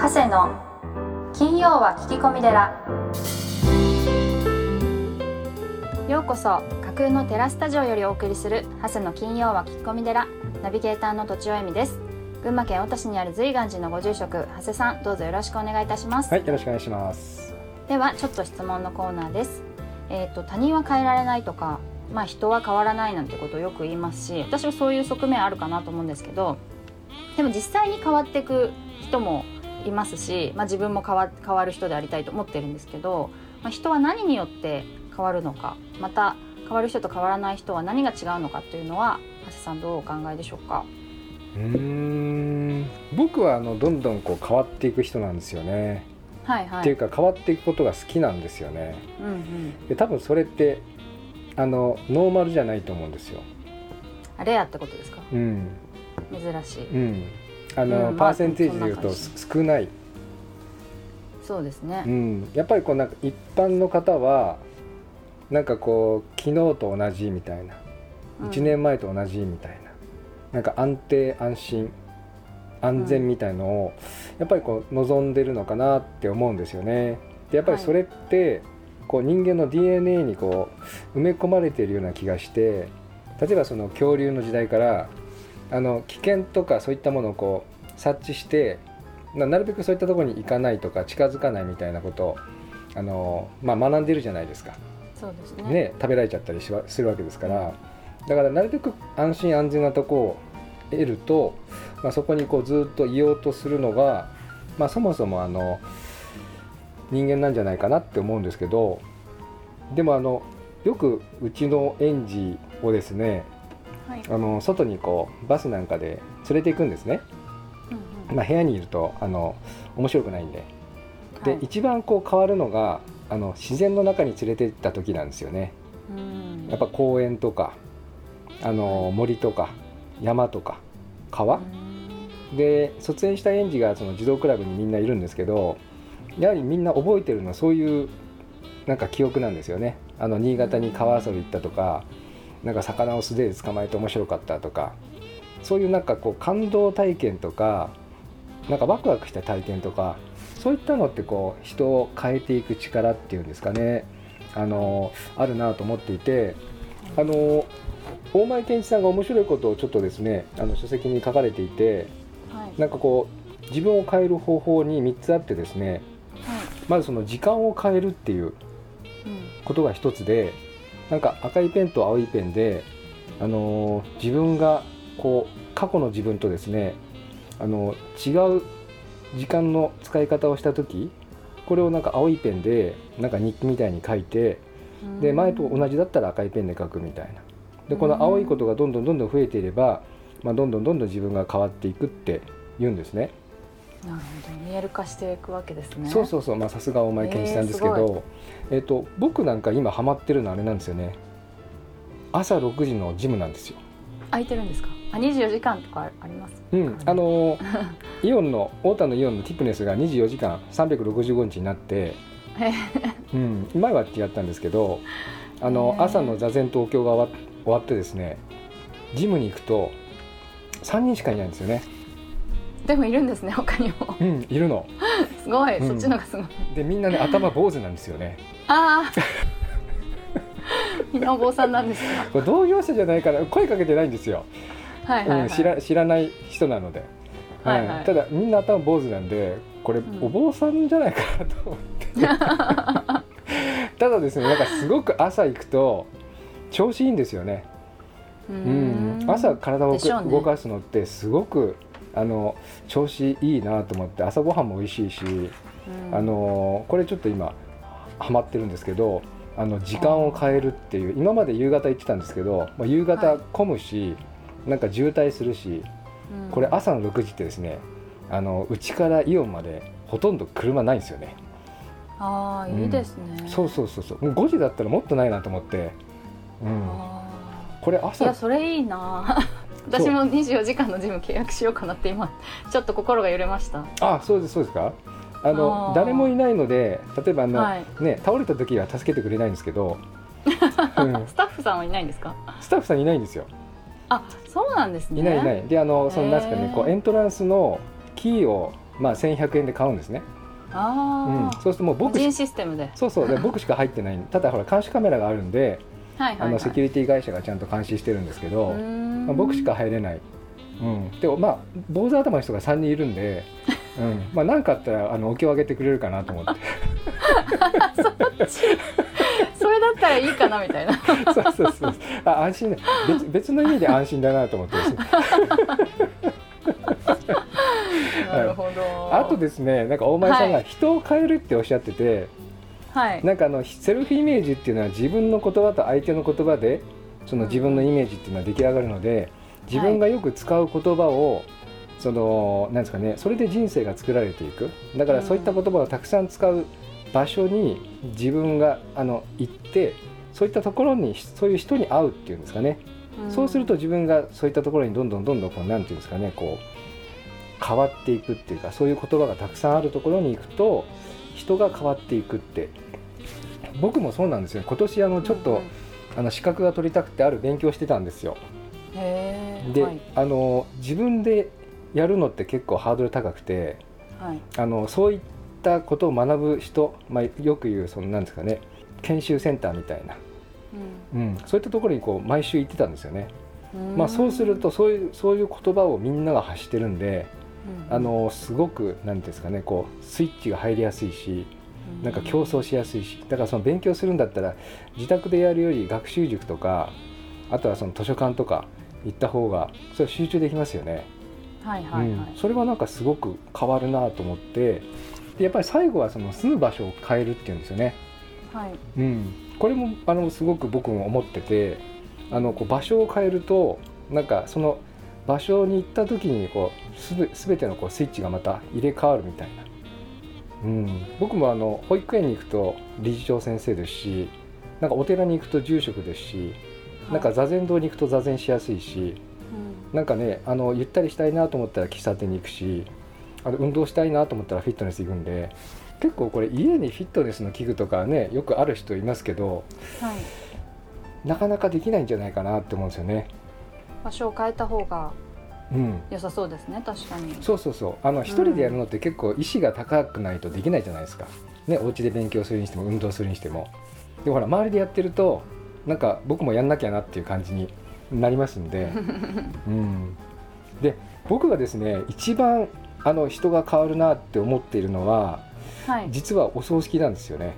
長谷の金曜は聞き込み寺。ようこそ架空のテラスタジオよりお送りする長谷の金曜は聞き込み寺。ナビゲーターのとちおえみです。群馬県太田市にある随願寺のご住職長谷さん、どうぞよろしくお願いいたします。 はい、よろしくお願いします。 ではちょっと質問のコーナーです。他人は変えられないとか、人は変わらないなんてことをよく言いますし、私はそういう側面あるかなと思うんですけど、でも実際に変わっていく人もいますし、自分も変わる人でありたいと思ってるんですけど、人は何によって変わるのか、また変わる人と変わらない人は何が違うのかというのは長谷さん、どうお考えでしょうか？ 僕はどんどん変わっていく人なんですよね。 はいはい。 っていうか変わっていくことが好きなんですよね。で多分それってノーマルじゃないと思うんですよ。 レアってことですか？珍しい。 パーセンテージで言うと少ない。 そうですね。 やっぱりなんか一般の方はなんか昨日と同じみたいな、1年前と同じみたいな、なんか安定安心安全みたいのをやっぱり望んでるのかなって思うんですよね。でやっぱりそれって人間の DNA に埋め込まれているような気がして、例えばその恐竜の時代から危険とかそういったものを察知して、なるべくそういったところに行かないとか近づかないみたいなことを学んでるじゃないですか。 そうですね。 食べられちゃったりするわけですから、だからなるべく安心安全なところを得ると、そこにずっといようとするのが、そもそも人間なんじゃないかなって思うんですけど、でもよくうちの園児をですね、外にバスなんかで連れて行くんですね。部屋にいると面白くないんで、で一番変わるのが自然の中に連れて行った時なんですよね。やっぱ公園とか森とか山とか川で、卒園した園児がその児童クラブにみんないるんですけど、やはりみんな覚えてるのはそういうなんか記憶なんですよね。新潟に川遊び行ったとか、なんか魚を素手で捕まえて面白かったとか、そういうなんか感動体験とか、なんかワクワクした体験とか、そういったのって人を変えていく力っていうんですかね、あるなと思っていて、大前健一さんが面白いことをちょっとですね書籍に書かれていて、なんか自分を変える方法に3つあってですね、まずその時間を変えるっていうことが一つで、なんか赤いペンと青いペンで、自分が過去の自分とですね違う時間の使い方をした時、これをなんか青いペンでなんか日記みたいに書いて、で前と同じだったら赤いペンで書くみたいな。でこの青いことがどんどん増えていれば、どんどん自分が変わっていくって言うんですね。 なるほど、見える化していくわけですね。 そう、さすが大前健一さんですけど、僕なんか今ハマってるのはあれなんですよね。朝6時のジムなんですよ。 空いてるんですか？24時間とかあります？ イオンの太田のイオンのティプネスが24時間365日になって、前は違ったんですけど、朝の座禅とお経が終わってですね、ジムに行くと3人しかいないんですよね。 でもいるんですね、他にも。 いるの。 すごい、そっちのがすごい。 でみんなね頭坊主なんですよね。 みんなお坊さんなんですか？ 同業者じゃないから声かけてないんですよ。知らない人なので、ただみんな頭坊主なんで、これお坊さんじゃないかなと思ってただですね、なんかすごく朝行くと調子いいんですよね。朝体を動かすのってすごく調子いいなと思って、朝ごはんも美味しいし、これちょっと今ハマってるんですけど、時間を変えるっていう、今まで夕方行ってたんですけど、夕方混むし、なんか渋滞するし、これ朝の6時ってですね、うちからイオンまでほとんど車ないんですよね。 いいですね。 そうもう5時だったらもっとないなと思って、これ朝、 いやそれいいな私も24時間のジム契約しようかなって今ちょっと心が揺れました。 そうですか。誰もいないので、例えば倒れた時は助けてくれないんですけどスタッフさんはいないんですか？ スタッフさんいないんですよ。 そうなんですね。 いないで、そのなんですかね、エントランスのキーを 1100円で買うんですね。そうするともう個人システムでそうで僕しか入ってない。ただほら監視カメラがあるんで、セキュリティ会社がちゃんと監視してるんですけど、僕しか入れない。でも坊主頭の人が3人いるんで、何かあったらお経をあげてくれるかなと思ってそれだったらいいかなみたいなそう安心別の意味で安心だなと思ってですねなるほど。 あとですね、なんか大前さんが人を変えるっておっしゃってて、なんかセルフイメージっていうのは自分の言葉と相手の言葉でその自分のイメージっていうのは出来上がるので、自分がよく使う言葉をなんですかね、それで人生が作られていく。だからそういった言葉をたくさん使う場所に自分が行って、そういったところにそういう人に会うっていうんですかね、そうすると自分がそういったところにどんどんこうなんていうんですかね、こう変わっていくっていうか、そういう言葉がたくさんあるところに行くと人が変わっていくって。僕もそうなんですよ。今年ちょっと資格が取りたくてある勉強してたんですよ。で、自分でやるのって結構ハードル高くて、そういったことを学ぶ人、よく言うなんですかね、研修センターみたいな、そういったところにこう毎週行ってたんですよね。そうするとそういう言葉をみんなが発してるんで、すごくなんですかね、こうスイッチが入りやすいし、なんか競争しやすいし、だからその勉強するんだったら自宅でやるより学習塾とか、あとはその図書館とか行った方がそれ集中できますよね。それはなんかすごく変わるなと思って、でやっぱり最後はその住む場所を変えるっていうんですよね。これもすごく僕も思ってて、こう場所を変えるとなんかその場所に行った時にこう全てのこうスイッチがまた入れ替わるみたいな。僕も保育園に行くと理事長先生ですし、なんかお寺に行くと住職ですし、なんか座禅堂に行くと座禅しやすいし、なんかねゆったりしたいなと思ったら喫茶店に行くし、運動したいなと思ったらフィットネス行くんで、結構これ家にフィットネスの器具とかねよくある人いますけど、なかなかできないんじゃないかなって思うんですよね。 場所を変えた方が良さそうですね。確かにそう一人でやるのって結構意志が高くないとできないじゃないですかね。お家で勉強するにしても運動するにしても。でほら周りでやってるとなんか僕もやんなきゃなっていう感じになりますんでで僕がですね一番人が変わるなって思っているのは、実はお葬式なんですよね。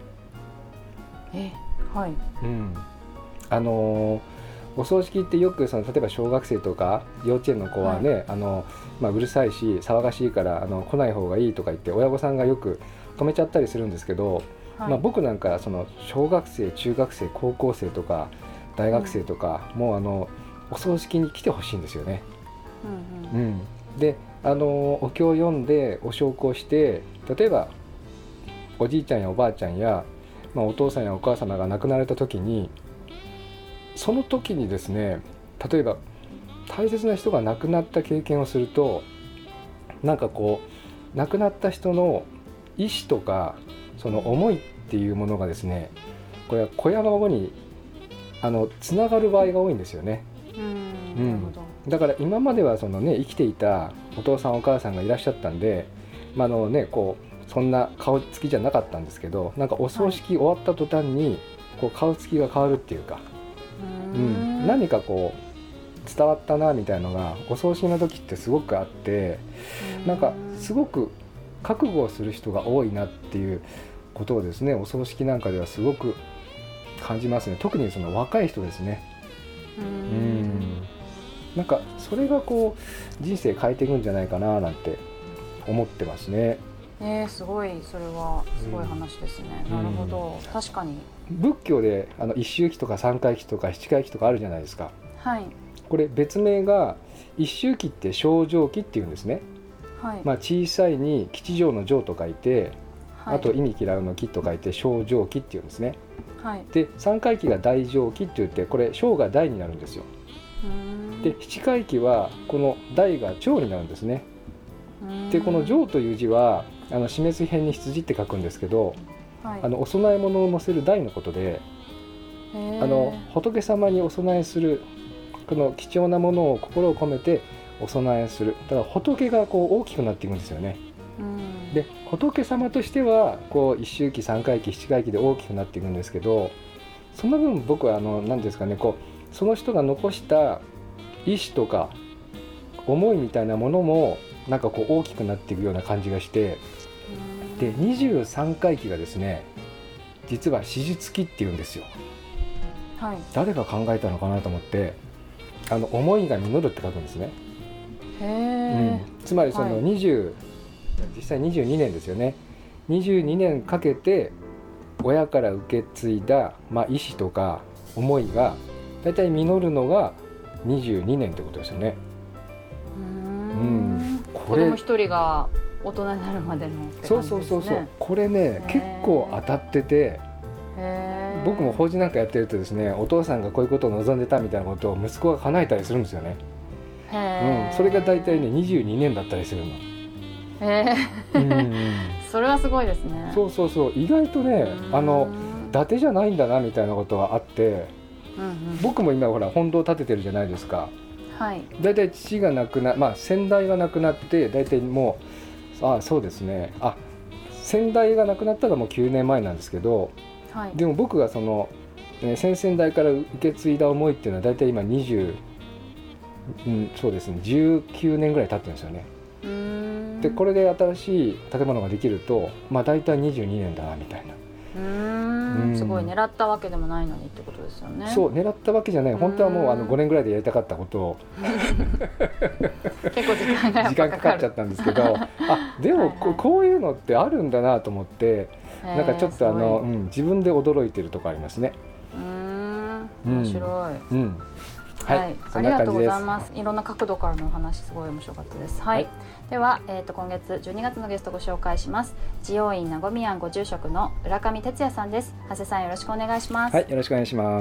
お葬式ってよく例えば小学生とか幼稚園の子はね、うるさいし騒がしいから来ない方がいいとか言って親御さんがよく止めちゃったりするんですけど、僕なんか小学生中学生高校生とか大学生とか、もうお葬式に来てほしいんですよね。でお経を読んでお焼香して、例えばおじいちゃんやおばあちゃんや、お父さんやお母様が亡くなられた時に、その時にですね、例えば大切な人が亡くなった経験をすると、なんかこう亡くなった人の意思とかその思いっていうものがですね、これは子や孫につながる場合が多いんですよね。だから今までは生きていたお父さんお母さんがいらっしゃったんで、こうそんな顔つきじゃなかったんですけど、なんかお葬式終わった途端にこう顔つきが変わるっていうか、何かこう伝わったなみたいなのがお葬式の時ってすごくあって、なんかすごく覚悟をする人が多いなっていうことをですね、お葬式なんかではすごく感じますね。特に若い人ですね。なんかそれがこう人生変えていくんじゃないかななんて思ってますね。 すごい、それはすごい話ですね。なるほど、確かに仏教で一周忌とか三回忌とか七回忌とかあるじゃないですか。これ別名が一周忌って小乗忌っていうんですね。小さいに吉祥の祥と書いて、あと忌み嫌うの忌と書いて小乗忌っていうんですね。で三回忌が大乗忌って言って、これ小が大になるんですよ。で七回忌はこの大が長になるんですね。でこの長という字は示す辺に羊って書くんですけど、お供え物を乗せる台のことで、仏様にお供えするこの貴重なものを心を込めてお供えする。だから仏がこう大きくなっていくんですよね。 で仏様としてはこう一周期三回期七回期で大きくなっていくんですけど、その分僕は何ですかね、こうその人が残した意志とか思いみたいなものもなんかこう大きくなっていくような感じがして、で23回忌がですね、実は史実期っていうんですよ。 はい、 誰が考えたのかなと思って、思いが実るって書くんですね。 へつまりその20、実際22年ですよね。22年かけて親から受け継いだ、意思とか思いがだいたい実るのが22年ってことですよね。 子供一人が大人になるまでのって感じですね。 そうこれね結構当たってて、僕も法事なんかやってるとですね、お父さんがこういうことを望んでたみたいなことを息子が叶えたりするんですよね。それが大体ね22年だったりするの。 それはすごいですね。 そう意外とね伊達じゃないんだなみたいなことがあって、僕も今ほら本堂建ててるじゃないですか。だいたい父が亡くな先代が亡くなってだいたいもうそうですね、先代が亡くなったのがもう9年前なんですけど、でも僕がその、先々代から受け継いだ思いっていうのはだいたい今そうですね19年ぐらい経ってるんですよね。でこれで新しい建物ができるとだいたい22年だなみたいな。 すごい狙ったわけでもないのにってことですよね。 そう狙ったわけじゃない。本当はもう5年ぐらいでやりたかったことを結構時間かかっちゃったんですけどでもこういうのってあるんだなと思って、なんかちょっと自分で驚いてるとこありますね。 面白い。はい、ありがとうございます。いろんな角度からのお話すごい面白かったです。では、今月12月のゲストご紹介します。慈陽院名古屋ご住職の浦上哲也さんです。長谷さんよろしくお願いします。 よろしくお願いします。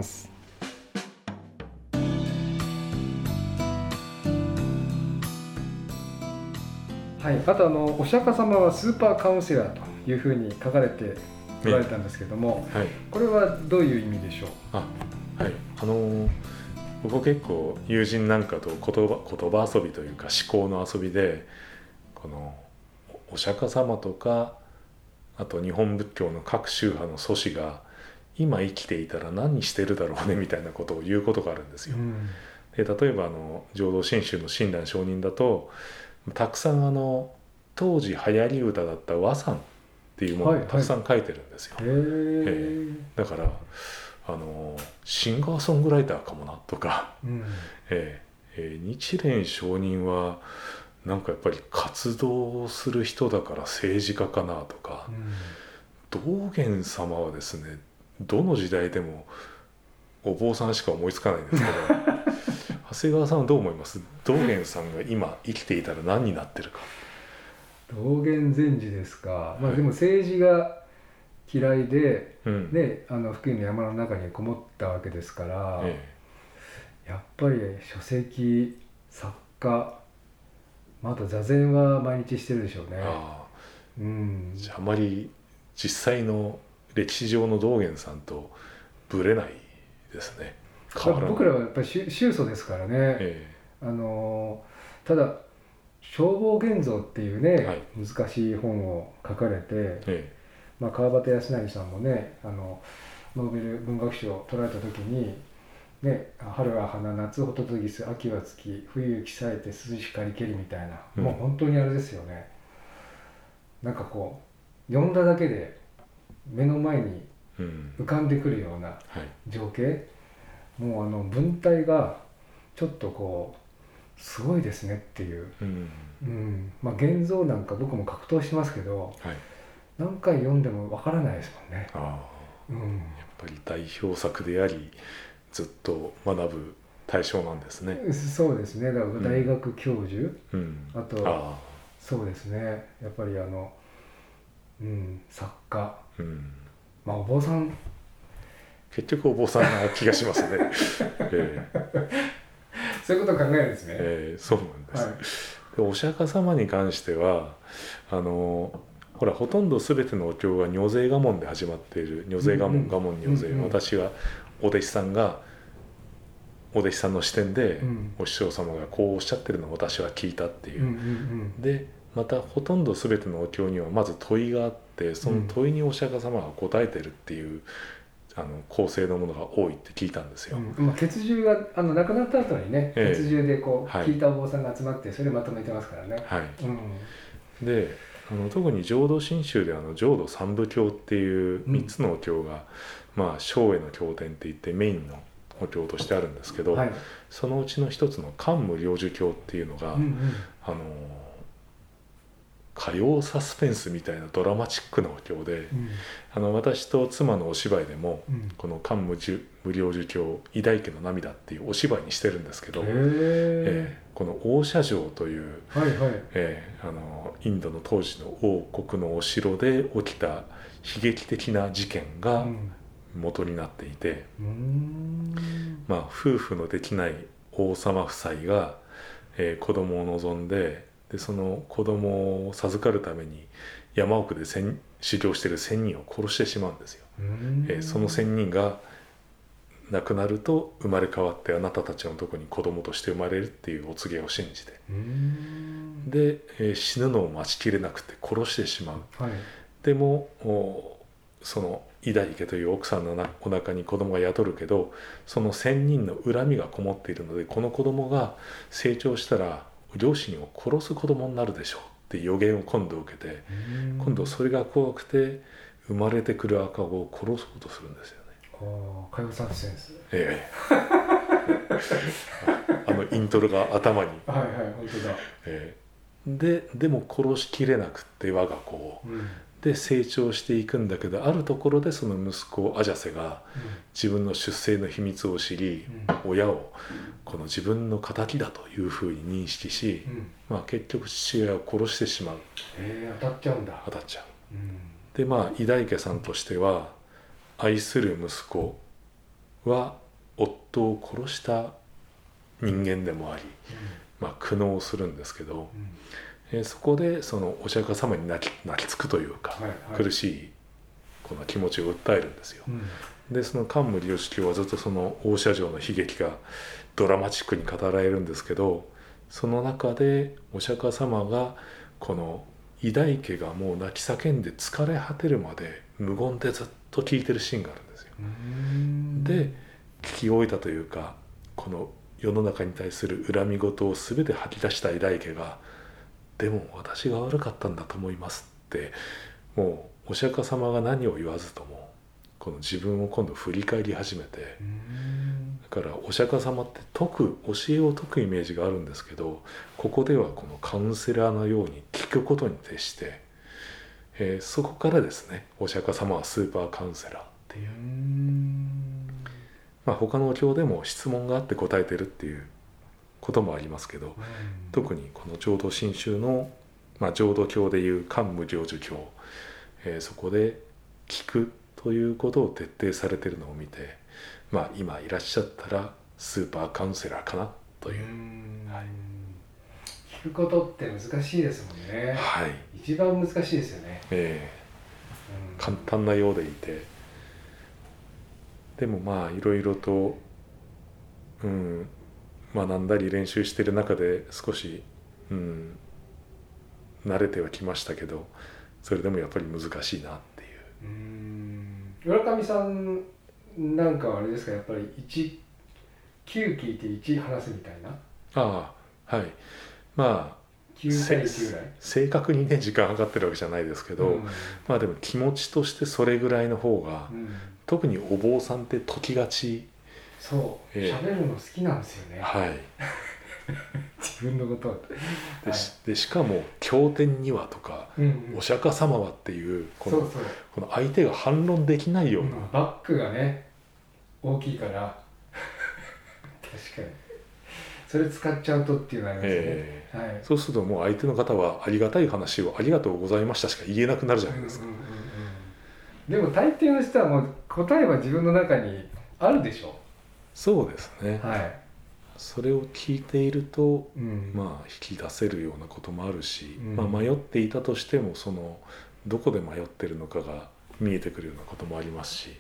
あとお釈迦様はスーパーカウンセラーというふうに書かれておられたんですけども、これはどういう意味でしょう？ 僕結構友人なんかと言葉遊びというか思考の遊びで、このお釈迦様とかあと日本仏教の各宗派の祖師が今生きていたら何してるだろうねみたいなことを言うことがあるんですよ。で例えば浄土真宗の親鸞上人だとたくさん当時流行り歌だった和讃っていうものをたくさん書いてるんですよ。だからシンガーソングライターかもなとか、日蓮上人はなんかやっぱり活動する人だから政治家かなとか、道元様はですねどの時代でもお坊さんしか思いつかないんですけど長谷川さんはどう思います？道元さんが今生きていたら何になってるか。 道元禅師ですか。でも政治が嫌いで、福井の山の中にこもったわけですから、やっぱり書籍作家、あと座禅は毎日してるでしょうね。 じゃああまり実際の歴史上の道元さんとぶれないですね。 僕らはやっぱり宗祖ですからね。ただ消防現像っていうね、難しい本を書かれて、川端康成さんもねノーベル文学賞を取られた時に、春は花、夏ホトトギス、秋は月、冬雪さえて涼しかりけりみたいな、もう本当にあれですよね。なんかこう読んだだけで目の前に浮かんでくるような情景、もう文体がちょっとこうすごいですねっていう、現像なんか僕も格闘しますけど、何回読んでもわからないですもんね。 やっぱり代表作でありずっと学ぶ対象なんですね。 そうですね。だから大学教授、あとそうですね、やっぱり作家、お坊さん、 結局お坊さんな気がしますね。 そういうことを考えるんですね。 そうなんです。お釈迦様に関してはほらほとんど全てのお経が如是我聞で始まっている。如是我聞、我聞如是、私がお弟子さんの視点で、お師匠様がこうおっしゃってるのを私は聞いたっていう、でまたほとんど全てのお経にはまず問いがあって、その問いにお釈迦様が答えてるっていう、構成のものが多いって聞いたんですよ。 血獣が亡くなった後にね、血獣でこう、 はい、 聞いたお坊さんが集まってそれでまとめてますからね。 はい、で特に浄土真宗で浄土三部経っていう3つのお経が、生への経典っていってメインのお経としてあるんですけど、そのうちの一つの漢無量寿経っていうのが、歌謡サスペンスみたいなドラマチックなお経で、私と妻のお芝居でも、この漢無量寿経偉大家の涙っていうお芝居にしてるんですけど、この大社城という、インドの当時の王国のお城で起きた悲劇的な事件が元になっていて、夫婦のできない王様夫妻が、子供を望んで、その子供を授かるために山奥で修行している仙人を殺してしまうんですよ。その仙人が亡くなると生まれ変わってあなたたちのところに子供として生まれるっていうお告げを信じて、で、死ぬのを待ちきれなくて殺してしまう。でもその偉大家という奥さんのお腹に子供が宿るけど、その仙人の恨みがこもっているので、この子供が成長したら両親を殺す子供になるでしょうって予言を今度受けて、今度それが怖くて生まれてくる赤子を殺そうとするんですよね。 歌謡サスペンス。 イントロが頭に本当だ。でも殺しきれなくって我が子を、で成長していくんだけど、あるところでその息子アジャセが自分の出生の秘密を知り、親をこの自分の敵だというふうに認識し、結局父親を殺してしまう。 当たっちゃうんだ。 当たっちゃう。で偉大家さんとしては、愛する息子は夫を殺した人間でもあり、苦悩するんですけど、そこでそのお釈迦様に泣きつくというか、苦しいこの気持ちを訴えるんですよ。でその漢無量寿経はずっとその大社城の悲劇がドラマチックに語られるんですけど、その中でお釈迦様がこの偉大家がもう泣き叫んで疲れ果てるまで無言でずっと聞いてるシーンがあるんですよ。で聞き終えたというか、この世の中に対する恨み事を全て吐き出した偉大家が、でも私が悪かったんだと思いますって、もうお釈迦様が何を言わずともこの自分を今度振り返り始めて、だからお釈迦様って教えを説くイメージがあるんですけど、ここではこのカウンセラーのように聞くことに徹して、そこからですね、お釈迦様はスーパーカウンセラーっていう、他のお経でも質問があって答えてるっていうこともありますけど、特にこの浄土真宗の、浄土教でいう漢無量寿経、そこで聞くということを徹底されているのを見て、今いらっしゃったらスーパーカウンセラーかなという。 聞くことって難しいですもんね。一番難しいですよね。 簡単なようでいて、でもいろいろと、学んだり練習している中で少し、慣れてはきましたけど、それでもやっぱり難しいなっていう。 村上さんなんかはあれですか、やっぱり9聞いて1話すみたいな。 9 対9ぐらい。 正確にね時間計ってるわけじゃないですけど、でも気持ちとしてそれぐらいの方が、特にお坊さんって解きがち。 喋るの好きなんですよね。自分のことでしかも経典にはとか、お釈迦様はっていうこの相手が反論できないような、 バックがね大きいから確かにそれ使っちゃうとっていうのがありますね。 そうするともう相手の方はありがたい話をありがとうございましたしか言えなくなるじゃないですか。 でも大抵の人はもう答えは自分の中にあるでしょ。 そうですね。それを聞いていると、引き出せるようなこともあるし、迷っていたとしてもそのどこで迷ってるのかが見えてくるようなこともありますし、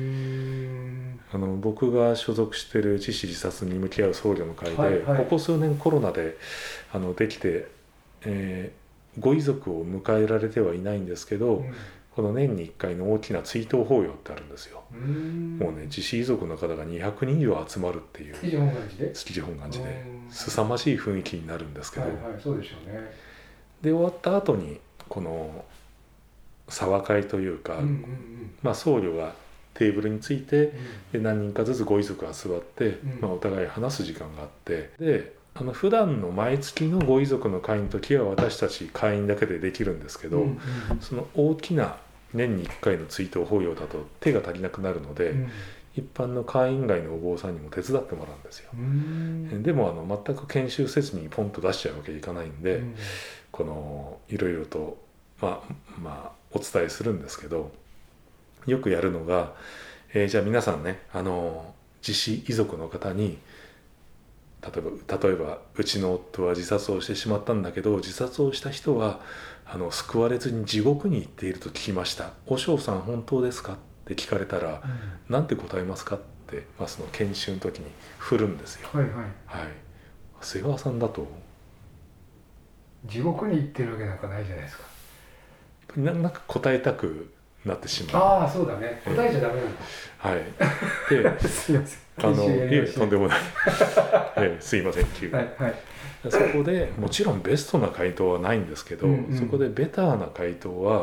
僕が所属している自死自殺に向き合う僧侶の会で、ここ数年コロナでできて、 ご遺族を迎えられてはいないんですけど、この年に1回の大きな追悼法要ってあるんですよ。もうね自死遺族の方が200人以上集まるっていう築地本願寺で築地本願寺で凄まじい雰囲気になるんですけど、 そうでしょうね。 で終わった後にこの沢会というか、僧侶がテーブルについて、で何人かずつご遺族が座って、お互い話す時間があって、で普段の毎月のご遺族の会の時は私たち会員だけでできるんですけど、その大きな年に1回の追悼法要だと手が足りなくなるので、一般の会員外のお坊さんにも手伝ってもらうんですよ。でも全く研修せずにポンと出しちゃうわけにいかないんで、このいろいろとお伝えするんですけど、よくやるのが、じゃあ皆さんね自死遺族の方に例えばうちの夫は自殺をしてしまったんだけど、自殺をした人は救われずに地獄に行っていると聞きました、和尚さん本当ですかって聞かれたら、なんて答えますかって、その研修の時に振るんですよ。長谷川さんだと地獄に行ってるわけなんかないじゃないですか。 なんか答えたくなってしまう。 そうだね、答えちゃダメなんだ。ですいません、 とんでもないすいません急に、そこでもちろんベストな回答はないんですけど、そこでベターな回答は、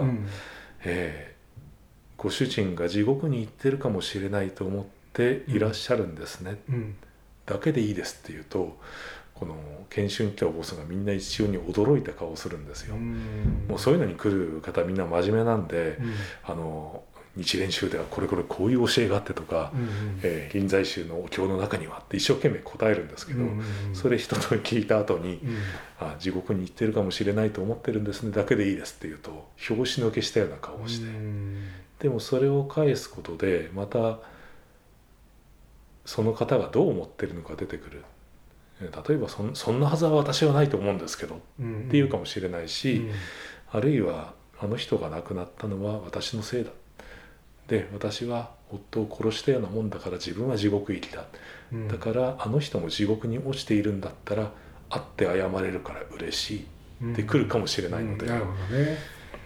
ご主人が地獄に行ってるかもしれないと思っていらっしゃるんですね、だけでいいですって言うと、この研修に来たお坊さんがみんな一様に驚いた顔をするんですよ。もうそういうのに来る方みんな真面目なんで、日蓮宗ではこれこういう教えがあってとか、臨済宗のお経の中にはって一生懸命答えるんですけど、それ一通り聞いた後に、地獄に行ってるかもしれないと思ってるんですねだけでいいですって言うと拍子抜けしたような顔をして、でもそれを返すことでまたその方がどう思ってるのか出てくる。例えばそんなはずは私はないと思うんですけどっていうかもしれないし、あるいはあの人が亡くなったのは私のせいだ、で私は夫を殺したようなもんだから自分は地獄行きだ、だからあの人も地獄に落ちているんだったら会って謝れるから嬉しいって来るかもしれないので、 なるほどね。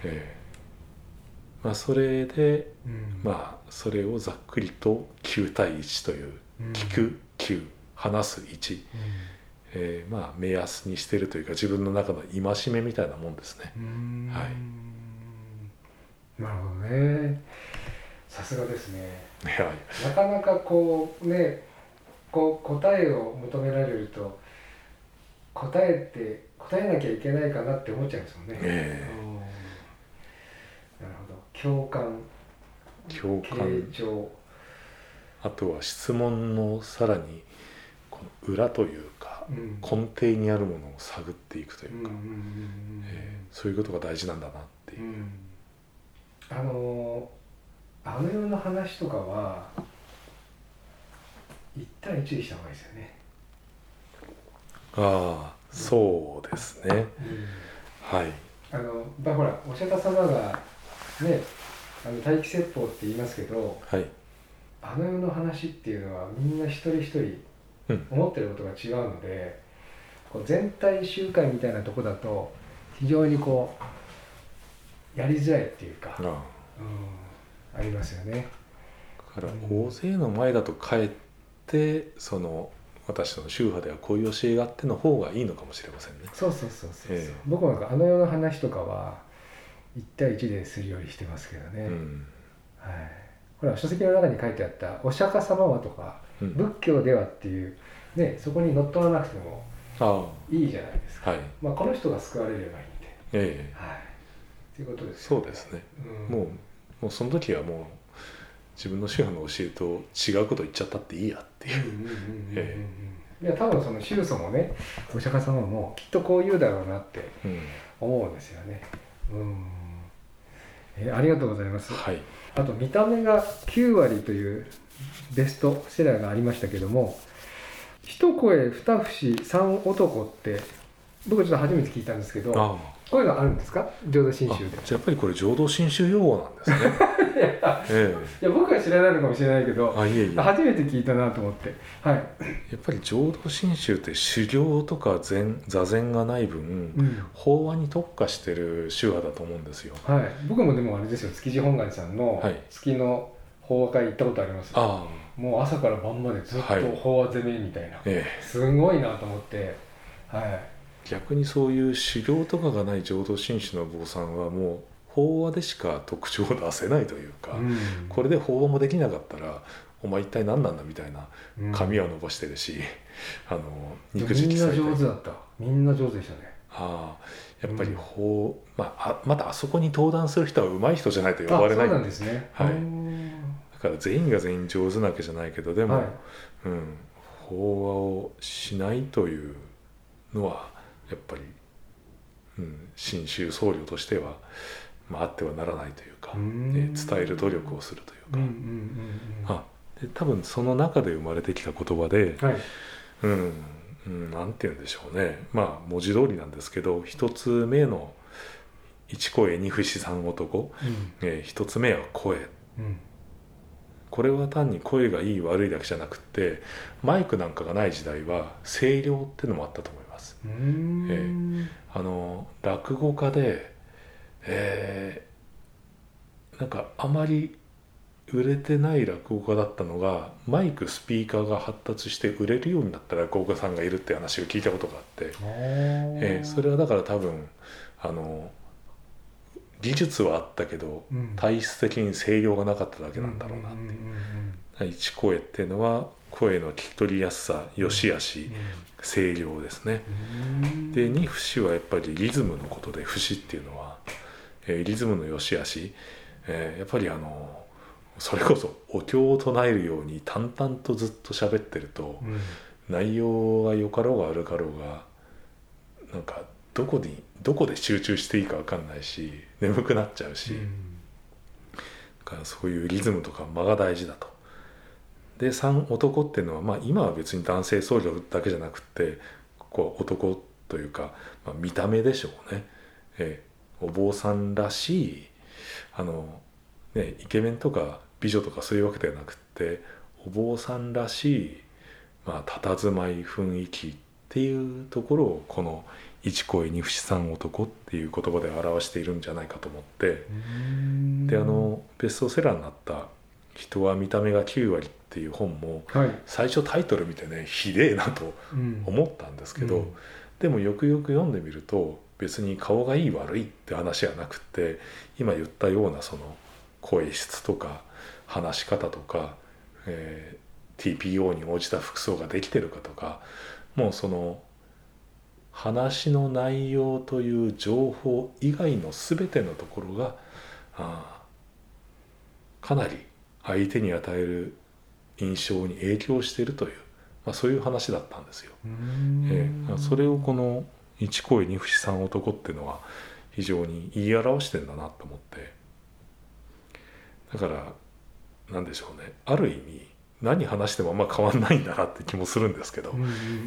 それで、それをざっくりと9対1という聞く9話す1、目安にしているというか自分の中の戒めみたいなもんですね。 なるほどね。さすがですね。なかなかこう答えを求められると答えなきゃいけないかなって思っちゃいますもんね。なるほど。共感傾聴、 あとは質問のさらにこの裏というか、根底にあるものを探っていくというか、そういうことが大事なんだなっていう、 あの世の話とかは1対1でした方がいいですよね。 そうですね。ほらお釈迦様がね待機説法って言いますけど、あの世の話っていうのはみんな一人一人思ってることが違うので、全体集会みたいなとこだと非常にやりづらいっていうか、ありますよね。 だから大勢の前だとかえって私の宗派ではこういう教えがあっての方がいいのかもしれませんね。そう、 僕なんかあの世の話とかは1対1でするようにしてますけどね。ほら書籍の中に書いてあったお釈迦様はとか、仏教ではっていうね、そこにのっとらなくてもいいじゃないですか。この人が救われればいいんで。ということです。 そうですね。もうその時はもう自分の宗派の教えと違うこと言っちゃったっていいやっていう。 いや多分その宗祖もね、お釈迦様もきっとこう言うだろうなって思うんですよね。ありがとうございます。あと見た目が9割というベストセラーがありましたけども、一声二節三男って僕ちょっと初めて聞いたんですけど、 こういうのあるんですか、浄土真宗で。 じゃあやっぱりこれ浄土真宗用語なんですね。 いや僕は知らないのかもしれないけど、 いえいえ、 初めて聞いたなと思って、はい、 やっぱり浄土真宗って修行とか座禅がない分、法話に特化してる宗派だと思うんですよ。 はい、僕もでもあれですよ、築地本願寺さんの月の法話会行ったことあります。もう朝から晩までずっと法話攻めみたいな、すごいなと思って、はい、 逆にそういう修行とかがない浄土真宗の坊さんはもう法話でしか特徴を出せないというか、これで法話もできなかったらお前一体何なんだみたいな、髪は伸ばしてるし、肉付きされたり、 みんな上手だった、みんな上手でしたね。 やっぱりまたあそこに登壇する人は上手い人じゃないと呼ばれない。 そうなんですね。 はい、だから全員が全員上手なわけじゃないけど、でも、法話をしないというのはやっぱり、真宗僧侶としては、あってはならないというか、伝える努力をするというか、で多分その中で生まれてきた言葉で、なんて言うんでしょうね、文字通りなんですけど、一つ目の一声二節三男、一つ目は声、これは単に声がいい悪いだけじゃなくって、マイクなんかがない時代は声量っていうのもあったと思います。落語家で、なんかあまり売れてない落語家だったのが、マイクスピーカーが発達して売れるようになった落語家さんがいるって話を聞いたことがあって、それはだから多分技術はあったけど、体質的に声量がなかっただけなんだろうなっていう。一声っていうのは声の聞き取りやすさ、良し悪し、声量ですね。で二節はやっぱりリズムのことで、節っていうのは、リズムの良し悪し、やっぱりそれこそお経を唱えるように淡々とずっと喋ってると、内容が良かろうが悪かろうが、なんかどこで集中していいか分かんないし、眠くなっちゃうし、だからそういうリズムとか間が大事だと。で三男っていうのは、今は別に男性僧侶だけじゃなくて、男というか、見た目でしょうね。お坊さんらしいイケメンとか美女とかそういうわけではなくって、お坊さんらしい佇まい雰囲気っていうところを、この一声二節三男っていう言葉で表しているんじゃないかと思って、でベストセラーになった「人は見た目が9割」っていう本も、最初タイトル見てね、ひでえなと思ったんですけど、でもよくよく読んでみると、別に顔がいい悪いって話はなくって、今言ったようなその声質とか話し方とか、TPO に応じた服装ができてるかとか、もうその話の内容という情報以外の全てのところがかなり相手に与える印象に影響しているという、そういう話だったんですよ。それをこの一声二節三男っていうのは非常に言い表してんだなと思って、だからなんでしょうね、ある意味何話しても変わんないんだなって気もするんですけど、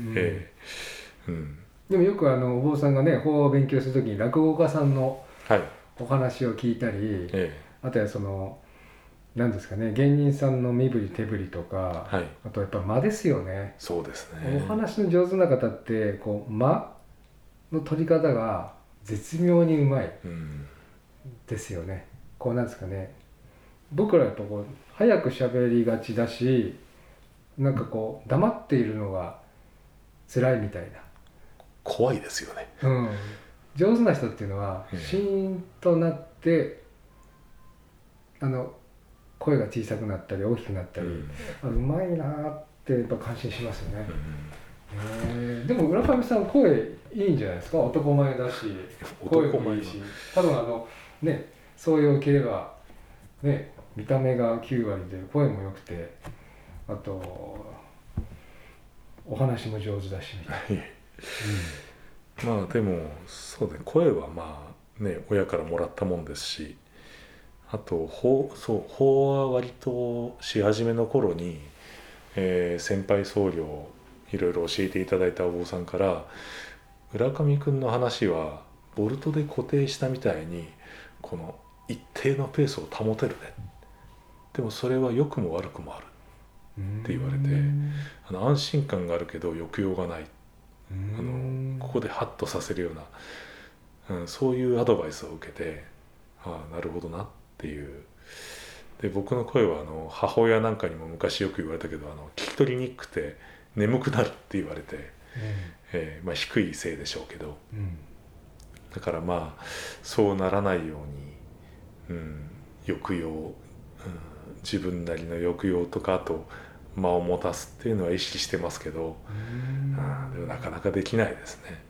でもよくお坊さんがね、法を勉強するときに落語家さんのお話を聞いたり、あとはその何ですかね、芸人さんの身振り手振りとか、あとやっぱ間ですよね。 そうですね。 お話の上手な方って間の取り方が絶妙にうまいですよね。なんですかね、僕らやっぱ早く喋りがちだし、なんか黙っているのが辛いみたいな、 怖いですよね。 上手な人っていうのはシーンとなって声が小さくなったり大きくなったり、うまいなってやっぱ感心しますよね。でも村上さん声いいんじゃないですか。男前だし声もいいし、多分そういう系はね、見た目が9割で声も良くて、あとお話も上手だしみたいな。 でもそうね、声は親からもらったもんですし、あと法は割とし始めの頃に、先輩僧侶をいろいろ教えていただいたお坊さんから、浦上くんの話はボルトで固定したみたいにこの一定のペースを保てるね、でもそれは良くも悪くもあるって言われて、安心感があるけど抑揚がない、ここでハッとさせるような、そういうアドバイスを受けて、なるほどなっていう。で僕の声は母親なんかにも昔よく言われたけど聞き取りにくくて眠くなるって言われて、低いせいでしょうけど、だからそうならないように、抑揚、自分なりの抑揚とかあと間を持たすっていうのは意識してますけど、でもなかなかできないですね。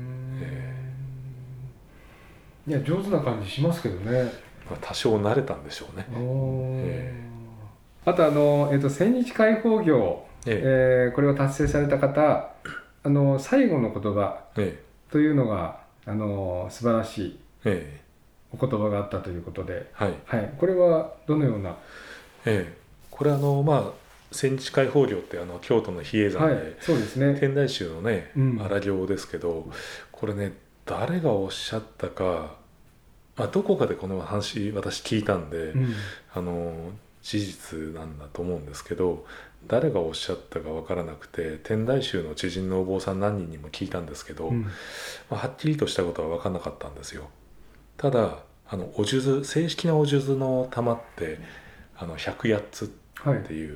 いや上手な感じしますけどね。 多少慣れたんでしょうね。 あと千日開放業、これを達成された方、最後の言葉というのが、素晴らしいお言葉があったということで、これはどのような？ これ千日開放業って京都の比叡山で、 そうですね、 天台宗のね、荒行ですけど、これね誰がおっしゃったか、どこかでこの話私聞いたんで、事実なんだと思うんですけど、誰がおっしゃったか分からなくて天台宗の知人のお坊さん何人にも聞いたんですけど、はっきりとしたことは分からなかったんですよ。ただお数珠、正式なお数珠の玉って108つっていう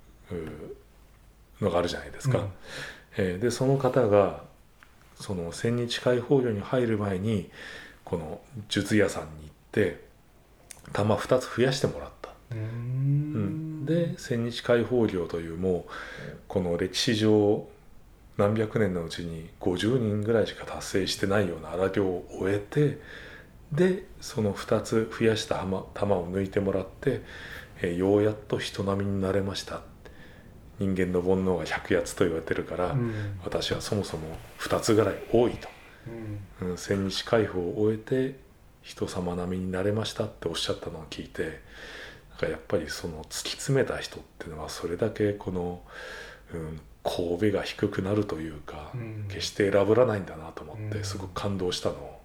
のがあるじゃないですか。でその方がその千日開放業に入る前にこの術屋さんに行って玉2つ増やしてもらった。で千日開放業というもうこの歴史上何百年のうちに50人ぐらいしか達成してないような荒行を終えて、でその2つ増やした玉を抜いてもらって、ようやっと人並みになれました。人間の煩悩が100つと言われてるから、私はそもそも2つぐらい多いと、千日開放を終えて人様並みになれましたっておっしゃったのを聞いて、やっぱりその突き詰めた人っていうのはそれだけこの、神戸が低くなるというか、決して選ぶらないんだなと思ってすごく感動したのを。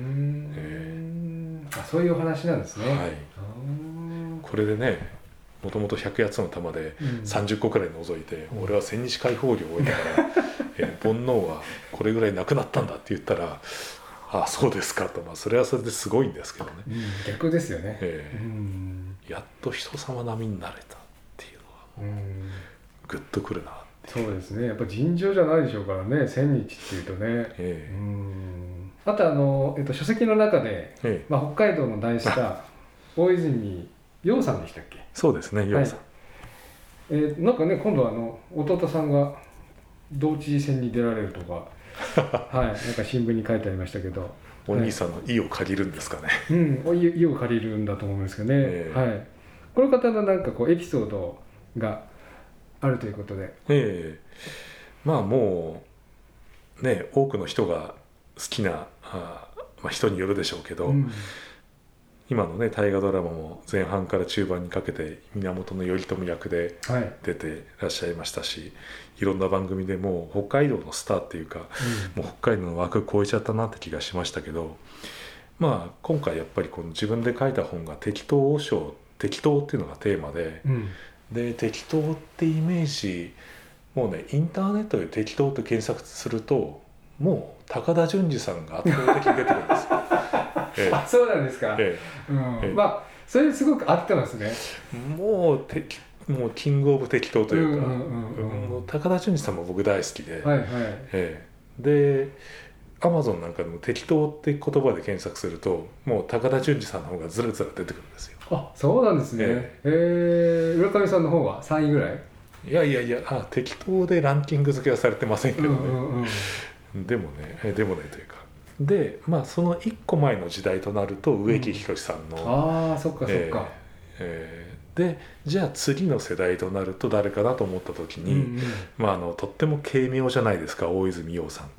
そういうお話なんですね。 これでね、もともと100つの玉で30個くらい除いて、俺は千日開放業を終えたから煩悩はこれぐらいなくなったんだって言ったら、ああそうですかと、それはそれですごいんですけどね。 逆ですよね。 やっと人様並みになれたっていうのはグッとくるなって。 そうですね、やっぱ尋常じゃないでしょうからね、千日っていうとね。あと書籍の中で、北海道の大スター大泉洋さんでしたっけ？ そうですね、洋さん。なんかね、今度弟さんが同知事選に出られるとかなんか新聞に書いてありましたけど、 お兄さんの意を借りるんですかね。 意を借りるんだと思うんですけどね。この方のなんかエピソードがあるということで、 もうね、多くの人が好きな人によるでしょうけど、今のね大河ドラマも前半から中盤にかけて源頼朝役で出てらっしゃいましたし、いろんな番組でもう北海道のスターっていうか、もう北海道の枠超えちゃったなって気がしましたけど、今回やっぱりこの自分で書いた本が適当章、適当っていうのがテーマで、で適当ってイメージ、もうねインターネットで適当って検索するともう高田純次さんが圧倒的に出てくるんですよ。 そうなんですか。それすごく合ってますね。 もうキングオブ適当というか、もう高田純次さんも僕大好きで、でアマゾンなんかでも適当って言葉で検索するともう高田純次さんの方がずらずら出てくるんですよ。 そうなんですね。浦上さんの方は3位ぐらい？ いや適当でランキング付けはされてませんけどね。でもねというか、でその1個前の時代となると植木等さんの、 そっかそっか。 でじゃあ次の世代となると誰かなと思った時に、とっても軽妙じゃないですか、大泉洋さんって、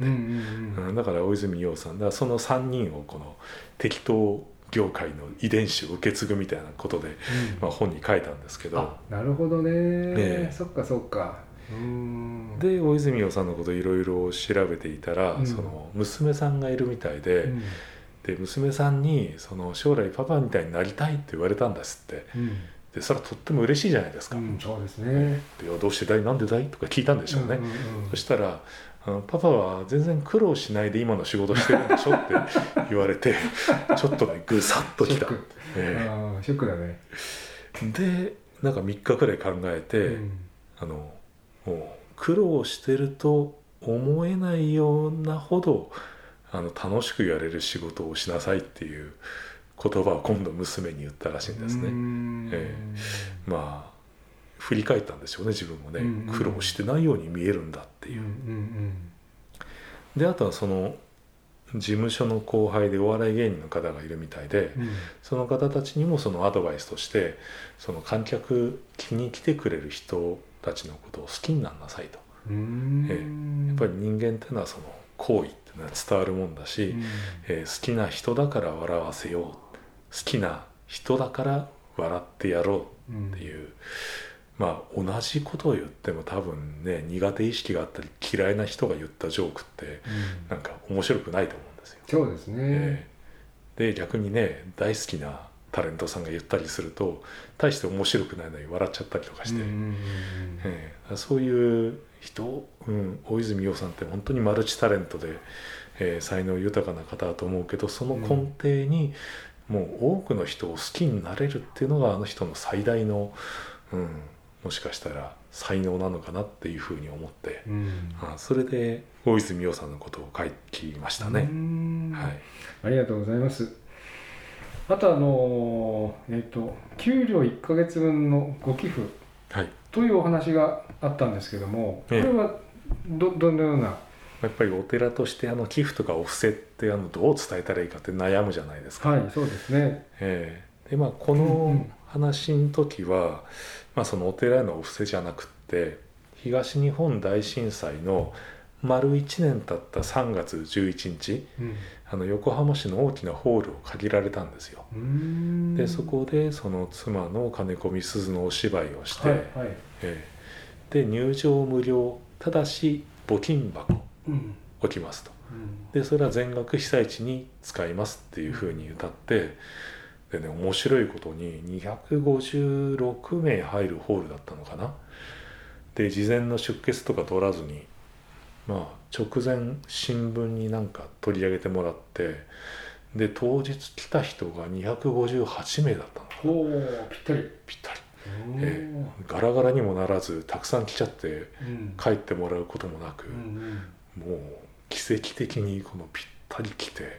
だから大泉洋さんだからその3人をこの適当業界の遺伝子を受け継ぐみたいなことで、本に書いたんですけど。 なるほどね。そっかそっか。 で大泉洋さんのことをいろいろ調べていたら、その娘さんがいるみたいで、で娘さんにその将来パパみたいになりたいって言われたんですって、でそれはとっても嬉しいじゃないですか、 そうですね。 でどうしてだいなんでだいとか聞いたんでしょうね、そしたらパパは全然苦労しないで今の仕事してるんでしょって言われてちょっとねぐさっときた。 ショックだね。 でなんか3日くらい考えて、もう苦労してると思えないようなほど楽しくやれる仕事をしなさいっていう言葉を今度娘に言ったらしいんですね。まあ振り返ったんでしょうね、自分もね、苦労してないように見えるんだっていう。であとはその事務所の後輩でお笑い芸人の方がいるみたいで、その方たちにもそのアドバイスとしてその観客に来てくれる人たちのことを好きになりなさいと。やっぱり人間っていうのはその行為っていうのは伝わるもんだし、好きな人だから笑わせよう、好きな人だから笑ってやろうっていう、まあ同じことを言っても多分ね、苦手意識があったり嫌いな人が言ったジョークってなんか面白くないと思うんですよ。 そうですね。 で逆にね、大好きなタレントさんが言ったりすると大して面白くないのに笑っちゃったりとかして、そういう人、大泉洋さんって本当にマルチタレントで、才能豊かな方だと思うけど、その根底にもう多くの人を好きになれるっていうのがあの人の最大の、もしかしたら才能なのかなっていうふうに思って、それで大泉洋さんのことを書きましたね。 ありがとうございます。あと給料1ヶ月分のご寄付というお話があったんですけども、これはどのような。 やっぱりお寺として寄付とかお布施ってどう伝えたらいいかって悩むじゃないですか。 はい、そうですね。 でこの話の時は、そのお寺へのお布施じゃなくって東日本大震災の丸1年経った3月11日、横浜市の大きなホールを借りられたんですよ。でそこでその妻の金子みすずのお芝居をして、で入場無料ただし募金箱置きますと、でそれは全額被災地に使いますっていうふうに歌って、でね、面白いことに256名入るホールだったのかな。で事前の出欠とか取らずに、直前新聞になんか取り上げてもらって、で当日来た人が258名だったのかな。 ぴったり、 ガラガラにもならずたくさん来ちゃって帰ってもらうこともなく、もう奇跡的にこのぴったり来て、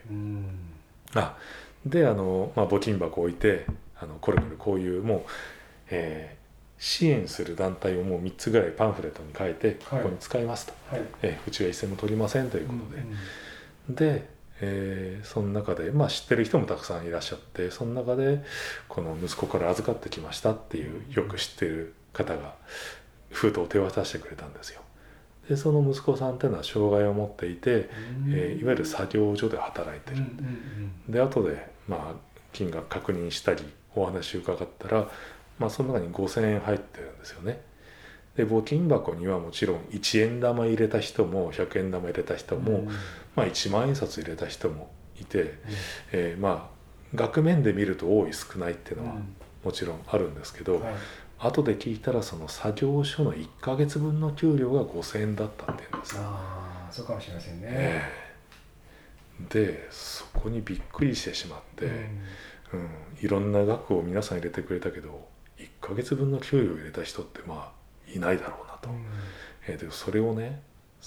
で募金箱置いてこれこういうもう、支援する団体をもう3つぐらいパンフレットに書いて、ここに使いますと、うちは一銭も取りませんということで、その中で知ってる人もたくさんいらっしゃって、その中でこの息子から預かってきましたっていうよく知ってる方が封筒を手渡してくれたんですよ。でその息子さんっていうのは障害を持っていて、いわゆる作業所で働いてる。で後で金額確認したりお話伺ったら、その中に5000円入ってるんですよね。で募金箱にはもちろん1円玉入れた人も100円玉入れた人も、1万円札入れた人もいて、額面で見ると多い少ないっていうのはもちろんあるんですけど、後で聞いたらその作業所の1ヶ月分の給料が5000円だったっていうんですよ。 そうかもしれませんね。 でそこにびっくりしてしまって、いろんな額を皆さん入れてくれたけど1ヶ月分の給料を入れた人っていないだろうなと。でそれをね、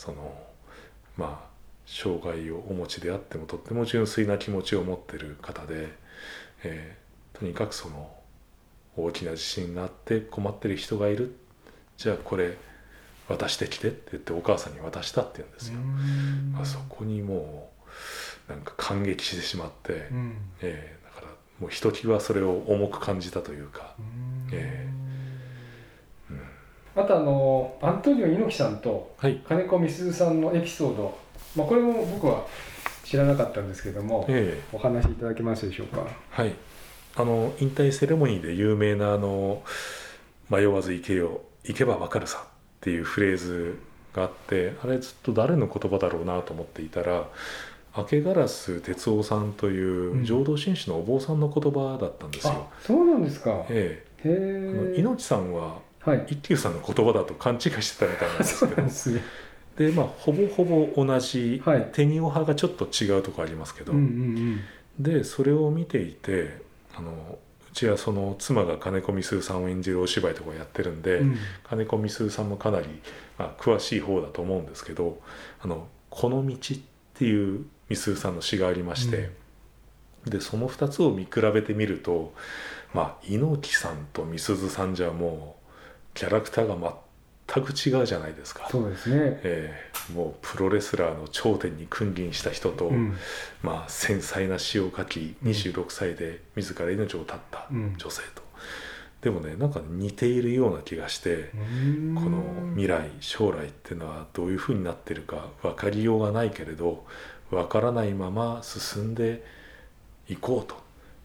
障害をお持ちであってもとっても純粋な気持ちを持ってる方で、とにかくその大きな地震があって困ってる人がいる、じゃあこれ渡してきてって言ってお母さんに渡したって言うんですよ。そこにもうなんか感激してしまって、だからもうひときわそれを重く感じたというか、 あとアントニオ猪木さんと金子みすずさんのエピソード、これも僕は知らなかったんですけども、お話しいただけますでしょうか。 はい、引退セレモニーで有名な迷わず行けよ行けばわかるさっっていうフレーズがあって、あれずっと誰の言葉だろうなと思っていたら、明烏哲夫さんという浄土真宗のお坊さんの言葉だったんですよ。 あ、そうなんですか。 ええ、 へえ。 猪木さんははい。 一休さんの言葉だと勘違いしてたみたいなんですそうけど、 なんですね。 でほぼほぼ同じ、 はいテニオ派がちょっと違うところありますけど、 うんうんでそれを見ていて、うちはその妻が金子みすさんを演じるお芝居とかやってるんで、 うん。 金子みすさんもかなり、詳しい方だと思うんですけど、この道っていうみすさんの詩がありまして、でその2つを見比べてみると、猪木さんとみすずさんじゃもうキャラクターが全く違うじゃないですか。 そうですね。 もうプロレスラーの頂点に君臨した人と、 うん繊細な詩を書き26歳で自ら命を絶ったうん女性と、でもね、なんか似ているような気がして、この未来将来っていうのはどういうふうになってるか分かりようがないけれど、分からないまま進んでいこうと、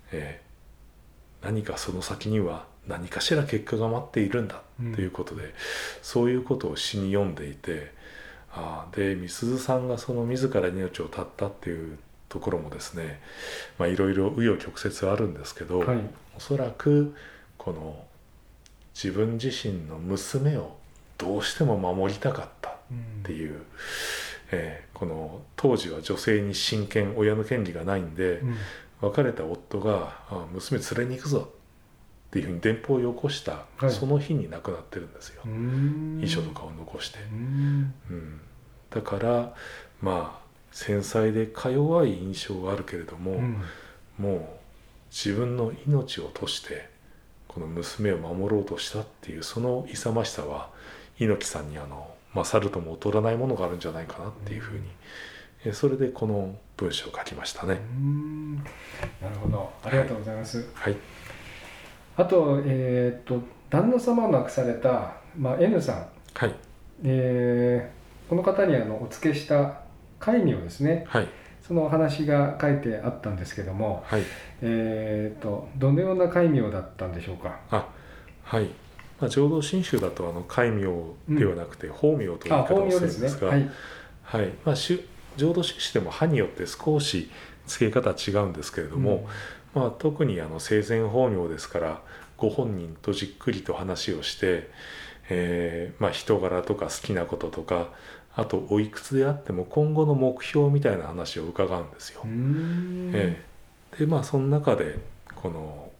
何かその先には何かしら結果が待っているんだということで、そういうことを詩に読んでいて、でみすずさんがその自ら命を絶ったっていうところもですね、いろいろ紆余曲折あるんですけど、 はい。 おそらくこの自分自身の娘をどうしても守りたかったっていう、この当時は女性に親権、親の権利がないんで、別れた夫が娘連れに行くぞっていうふうに電報をよこした、 はいその日に亡くなってるんですよ、遺書とかを残して、だから繊細でか弱い印象があるけれども、もう自分の命を賭してこの娘を守ろうとしたっていうその勇ましさは猪木さんに勝るとも劣らないものがあるんじゃないかなっていうふうに、それでこの文章を書きましたね。 なるほど、ありがとうございます。 はい。 あと、旦那様を亡くされた、N さん、 はい。 この方にお付けした戒名ですね、 はい。 そのお話が書いてあったんですけども、 はい。 どのような戒名だったんでしょうか。 はい。浄土真宗だと戒名ではなくて法名という言い方をするんですが、はい。浄土真宗でも派によって少し付け方違うんですけれども、特に生前法名ですからご本人とじっくりと話をして、人柄とか好きなこととか、あとおいくつであっても今後の目標みたいな話を伺うんですよ。でその中でこの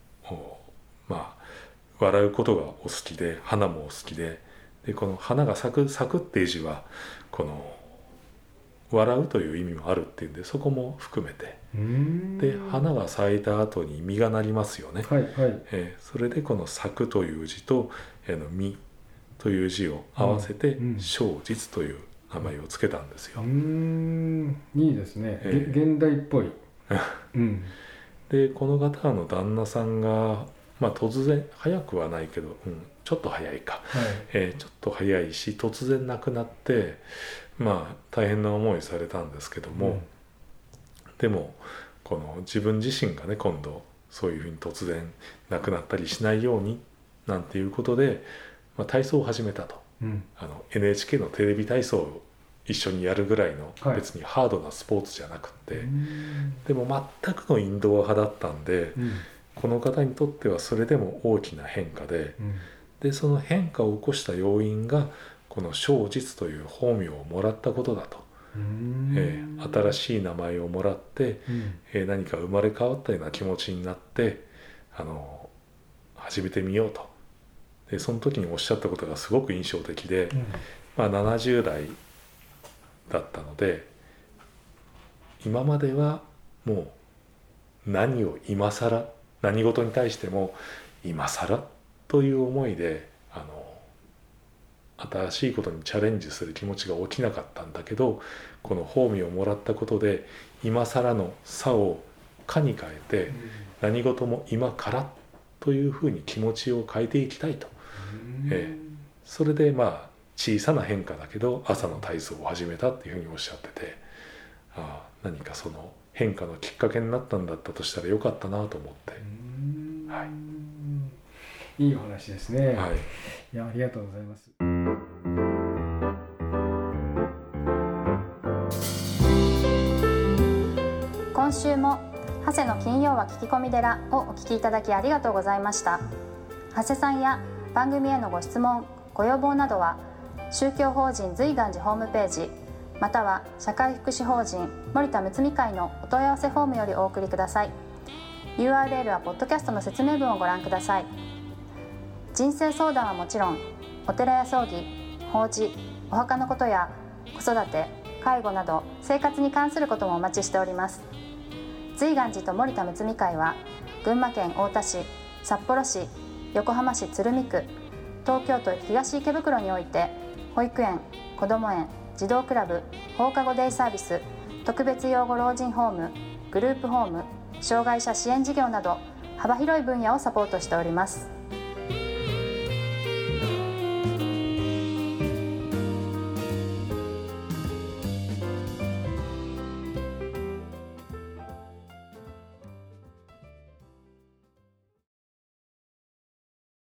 笑うことがお好きで花もお好きで、この花が咲くっていう字はこの笑うという意味もあるっていうんで、そこも含めて、で花が咲いた後に実がなりますよね。それでこの咲くという字と実という字を合わせて正実という名前をつけたんですよ。 いいですね、現代っぽい。 でこの方の旦那さんが、突然早くはないけど、ちょっと早いか、ちょっと早いし突然亡くなって大変な思いされたんですけども、でもこの自分自身がね、今度そういうふうに突然亡くなったりしないようになんていうことで、体操を始めたと、NHK のテレビ体操を一緒にやるぐらいの、別にハードなスポーツじゃなくって、でも全くのインドア派だったんで、この方にとってはそれでも大きな変化で、でその変化を起こした要因がこの正実という法名をもらったことだと、新しい名前をもらって、何か生まれ変わったような気持ちになって始めてみようと。でその時におっしゃったことがすごく印象的で、70代だったので、今まではもう何事に対しても今更という思いで新しいことにチャレンジする気持ちが起きなかったんだけど、この法名をもらったことで今更のさをかに変えて、何事も今からというふうに気持ちを変えていきたいと、それで小さな変化だけど朝の体操を始めたっていうふうにおっしゃってて、何かその変化のきっかけになったんだったとしたらよかったなと思って、 いいお話ですね。 はい、 いや、ありがとうございます。 今週も長谷の金曜は聞き込み寺をお聞きいただきありがとうございました。長谷さんや番組へのご質問ご要望などは宗教法人随願寺ホームページまたは社会福祉法人森田睦美会のお問い合わせフォームよりお送りください。 URL はポッドキャストの説明文をご覧ください。人生相談はもちろんお寺や葬儀、法事、お墓のことや子育て、介護など生活に関することもお待ちしております。随願寺と森田睦美会は群馬県太田市、札幌市、横浜市鶴見区、東京都東池袋において保育園、こども園、児童クラブ、放課後デイサービス、特別養護老人ホーム、グループホーム、障害者支援事業など幅広い分野をサポートしております。